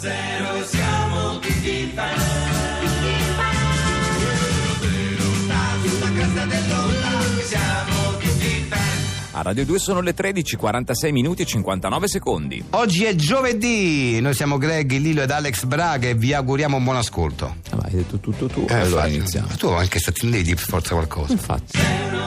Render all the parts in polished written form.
siamo tutti fan. Sulla cresta dell'onda siamo tutti fan. A Radio 2 sono le 13, 46 minuti e 59 secondi. Oggi è giovedì, noi siamo Greg, Lilo ed Alex Braga e vi auguriamo un buon ascolto. Ma hai detto tutto tu, allora iniziamo. Ma tu anche stati lì di forza qualcosa. Infatti.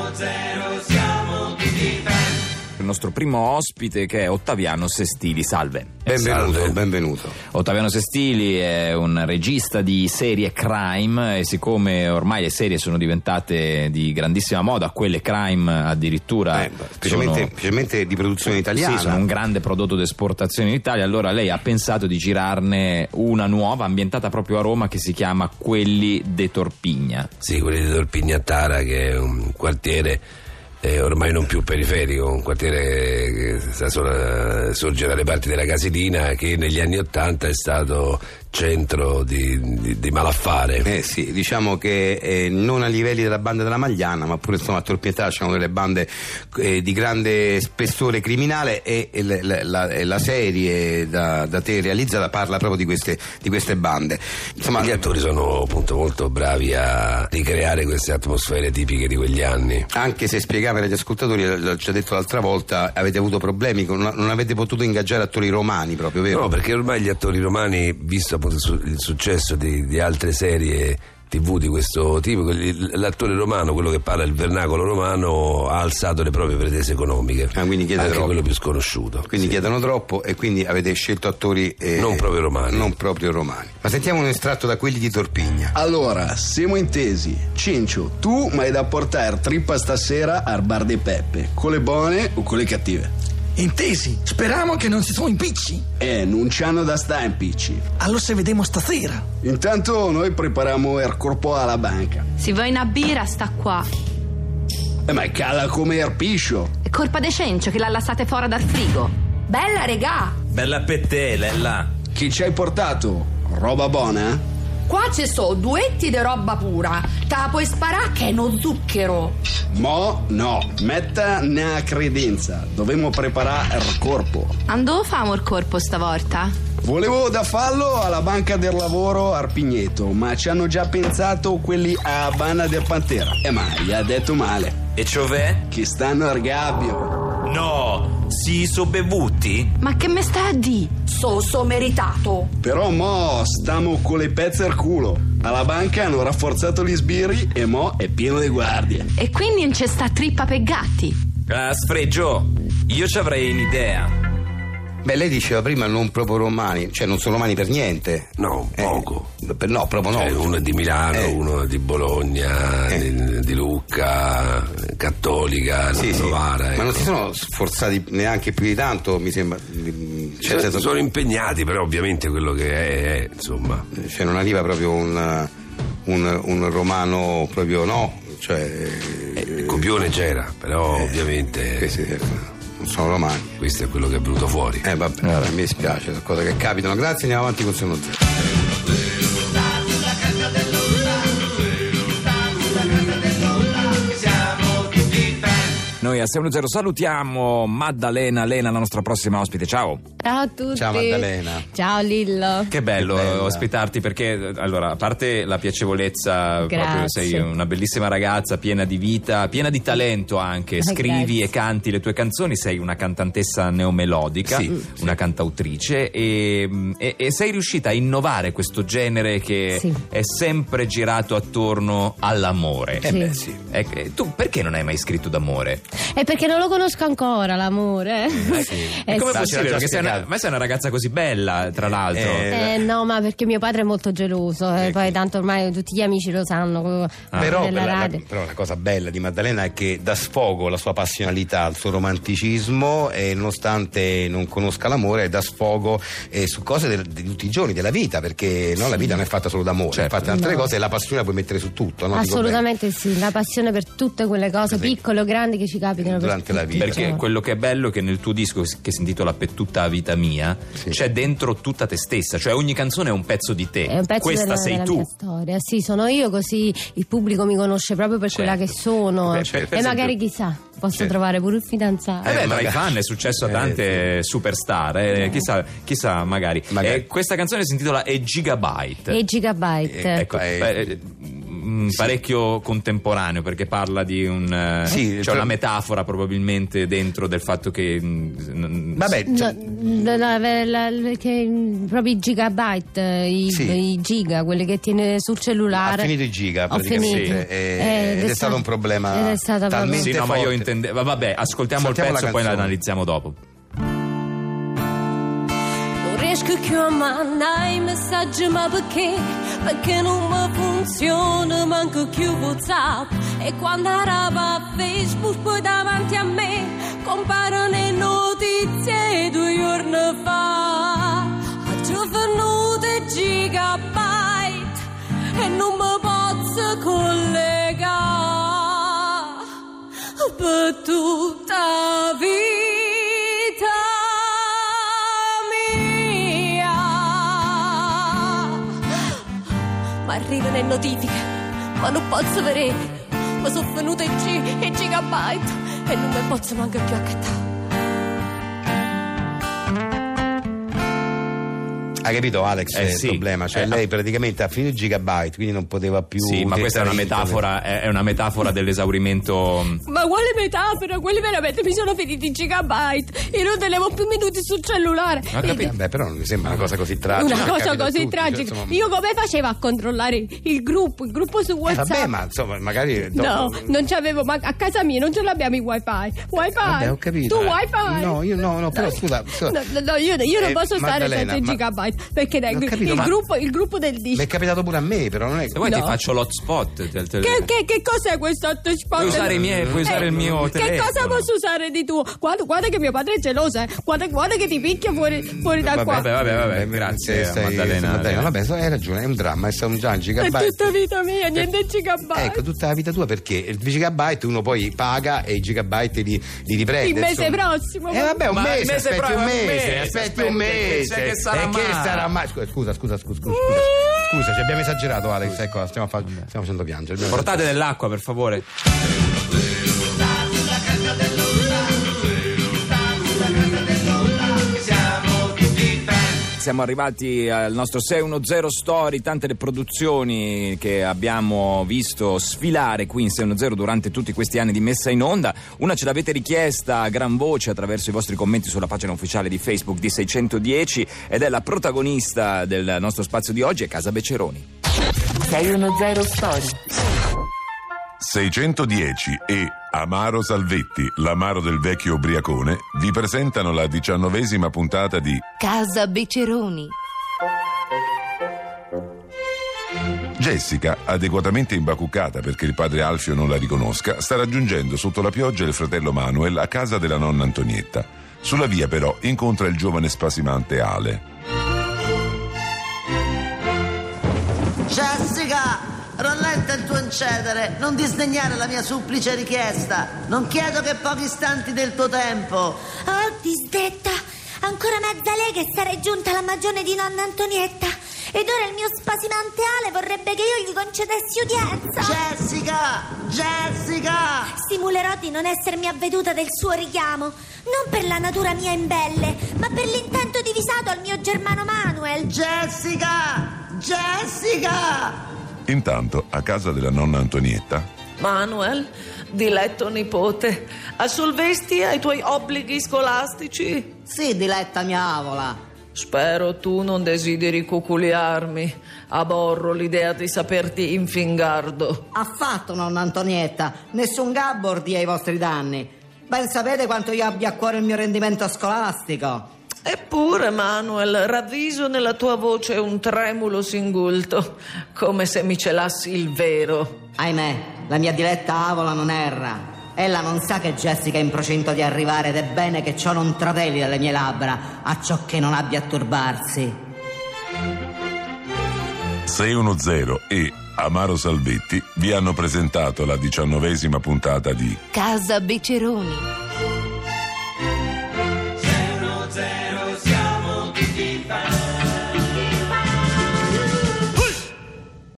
0-0 siamo tutti fan. Il nostro primo ospite, che è Ottaviano Sestili. Salve. Benvenuto. Ottaviano Sestili è un regista di serie crime e siccome ormai le serie sono diventate di grandissima moda, quelle crime addirittura specialmente di produzione italiana. Sì, sono un grande prodotto d'esportazione in Italia, allora lei ha pensato di girarne una nuova ambientata proprio a Roma che si chiama Quelli de Torpigna. Sì, Quelli de Torpigna a Tara, che è un quartiere ormai non più periferico, un quartiere che sorge dalle parti della Casilina, che negli anni '80 è stato centro di malaffare. Sì, diciamo che non a livelli della banda della Magliana, ma pure insomma a Torpietà c'erano delle bande di grande spessore criminale e la serie da te realizzata parla proprio di queste bande. Insomma, gli attori sono appunto molto bravi a ricreare queste atmosfere tipiche di quegli anni. Anche se spiegava agli ascoltatori, l'ho già detto l'altra volta, avete avuto problemi, non avete potuto ingaggiare attori romani proprio, vero? No, perché ormai gli attori romani, visto appunto il successo di altre serie TV di questo tipo, l'attore romano, quello che parla il vernacolo romano, ha alzato le proprie pretese economiche. Quindi chiede anche troppo. Quello più sconosciuto. Quindi chiedono troppo e quindi avete scelto attori non proprio romani. Ma sentiamo un estratto da Quelli di Torpigna. Allora, siamo intesi. Cincio, tu m'hai da portare trippa stasera al bar di Peppe, con le buone o con le cattive? Intesi, speriamo che non si sono impicci. Non c'hanno da sta impicci. Allora se vediamo stasera. Intanto noi prepariamo il corpo alla banca. Si vuoi una birra, sta qua. Ma è cala come il piscio. È colpa de Cencio che l'ha lasciate fuori dal frigo. Bella, regà. Bella per te, Lella. Chi ci hai portato? Roba buona? Qua ci sono duetti di roba pura. Te la puoi sparare che è uno zucchero. Mo no, metta una credenza. Dovevamo preparare il corpo. Andò famo il corpo stavolta? Volevo da fallo alla banca del lavoro a Arpigneto, ma ci hanno già pensato quelli a Banna del Pantera. Ma gli ha detto male. E ciov'è? Che stanno al gabbio. No, si sono bevuti? Ma che me stai a di? So meritato. Però mo stiamo con le pezze al culo. Alla banca hanno rafforzato gli sbirri e mo è pieno di guardie. E quindi non c'è sta trippa per gatti? Sfregio, io ci avrei un'idea. Beh, lei diceva prima non proprio romani, cioè non sono romani per niente. No, poco. No, proprio no. Cioè, uno è di Milano, uno è di Bologna, di Lucca, cattolica, Novara. Ma non si sono sforzati neanche più di tanto, mi sembra. Sono impegnati, però ovviamente quello che è insomma. Cioè non arriva proprio un romano proprio, no? Cioè. Il copione c'era, però ovviamente. Non sono romani. Questo è quello che è venuto fuori. Vabbè, mi dispiace, sono cose che capitano. Grazie, andiamo avanti con Sono Zero. Noi a 610 salutiamo Maddalena Lena, la nostra prossima ospite. Ciao. Ciao a tutti. Ciao Maddalena. Ciao Lillo. Che bello ospitarti, perché allora, a parte la piacevolezza, proprio sei una bellissima ragazza, piena di vita, piena di talento anche, scrivi e canti le tue canzoni, sei una cantantessa neomelodica, una cantautrice e sei riuscita a innovare questo genere che è sempre girato attorno all'amore. Tu perché non hai mai scritto d'amore? È perché non lo conosco ancora l'amore. E come è possibile? Perché sei una ragazza così bella, tra l'altro. No, ma perché mio padre è molto geloso e poi tanto ormai tutti gli amici lo sanno. Però la cosa bella di Maddalena è che dà sfogo alla sua passionalità, al suo romanticismo, e nonostante non conosca l'amore dà sfogo su cose di tutti i giorni della vita, perché la vita non è fatta solo d'amore, è fatta di altre cose, e la passione la puoi mettere su tutto, no? Assolutamente sì, la passione per tutte quelle cose piccole o grandi che ci capitano durante la vita. Perché quello che è bello è che nel tuo disco, che si intitola Per tutta la vita vita mia, c'è dentro tutta te stessa, cioè ogni canzone è un pezzo di te. È un pezzo questa sei della tu. mia storia. Sì, sono io, così il pubblico mi conosce proprio per quella che sono. Per magari esempio, chissà, posso trovare pure il fidanzato. Tra i fan è successo a tante superstar, chissà magari. Questa canzone si intitola E Gigabyte. E Gigabyte. Ecco, parecchio contemporaneo, perché parla di c'è una metafora probabilmente dentro del fatto che che proprio i gigabyte, i giga, quelli che tiene sul cellulare. Ha finito i giga praticamente, ed è stato un problema talmente forte. Ma io intendevo. Vabbè, ascoltiamo il pezzo e poi l'analizziamo dopo. Non riesco più a mandare i messaggi, ma perché? Perché non mi funziona manco più WhatsApp. E quando arriva a Facebook poi davanti a me comparono le notizie 2 giorni fa. Ha già venuto gigabyte e non mi posso collegare per tutta la vita mia. Ma arrivano le notifiche, ma non posso vedere. Ma sono venute i gigabyte e non mi posso manco più accattare. Hai capito, Alex? Il problema, cioè lei praticamente ha finito il gigabyte, quindi non poteva più. Sì, ma questa è una metafora dell'esaurimento. Ma quale metafora? Quelli veramente mi sono finiti i gigabyte. Io non tenevo più minuti sul cellulare. Vabbè, però non mi sembra una cosa così tragica. Una cosa così tragica. Io come facevo a controllare il gruppo su WhatsApp? Vabbè, ma insomma, magari. No, non c'avevo, ma a casa mia non ce l'abbiamo i wifi. Vabbè, ho capito. Tu wifi? No, io no, però scusa. No, io non posso stare senza i gigabyte. Perché il gruppo del disco. Mi è capitato pure a me, però non è. Se vuoi ti faccio l'hotspot. Che cos'è questo hotspot? Puoi usare il mio telefono. Che cosa posso usare di tuo? Guarda che mio padre è geloso, Guarda che ti picchia fuori da qua. Vabbè, grazie Maddalena. Vabbè, hai ragione, è un dramma, è un gigabyte. È tutta vita mia, niente gigabyte. Ecco, tutta la vita tua, perché il gigabyte uno poi paga e i gigabyte li riprende. Il mese prossimo. Vabbè, un mese, aspetti un mese. Che sarà mai? Scusa, ci abbiamo esagerato, Alex. Ecco, stiamo facendo piangere. Portate dell'acqua, per favore. Siamo arrivati al nostro 610 Story, tante le produzioni che abbiamo visto sfilare qui in 610 durante tutti questi anni di messa in onda. Una ce l'avete richiesta a gran voce attraverso i vostri commenti sulla pagina ufficiale di Facebook di 610 ed è la protagonista del nostro spazio di oggi, è Casa Beceroni. 610 Story. 610 e Amaro Salvetti, l'amaro del vecchio ubriacone, vi presentano la 19ª puntata di Casa Beceroni. Jessica, adeguatamente imbacuccata perché il padre Alfio non la riconosca, sta raggiungendo sotto la pioggia il fratello Manuel a casa della nonna Antonietta. Sulla via però incontra il giovane spasimante Ale. Jessica! Rallenta il tuo incedere, non disdegnare la mia supplice richiesta. Non chiedo che pochi istanti del tuo tempo. Oh, disdetta, ancora mezza lega e sarei giunta alla magione di nonna Antonietta. Ed ora il mio spasimante Ale vorrebbe che io gli concedessi udienza. Jessica! Simulerò di non essermi avveduta del suo richiamo, non per la natura mia imbelle, ma per l'intento divisato al mio germano Manuel. Jessica! Intanto, a casa della nonna Antonietta. Manuel, diletto nipote, assolvesti ai tuoi obblighi scolastici? Sì, diletta mia avola. Spero tu non desideri cuculiarmi. Aborro l'idea di saperti infingardo. Affatto, nonna Antonietta. Nessun gabbo ordia ai vostri danni. Ben sapete quanto io abbia a cuore il mio rendimento scolastico. Eppure, Manuel, ravviso nella tua voce un tremulo singulto, come se mi celassi il vero. Ahimè, la mia diletta avola non erra. Ella non sa che Jessica è in procinto di arrivare ed è bene che ciò non traveli dalle mie labbra, a ciò che non abbia a turbarsi. 610 e Amaro Salvetti vi hanno presentato la 19ª puntata di Casa Beceroni.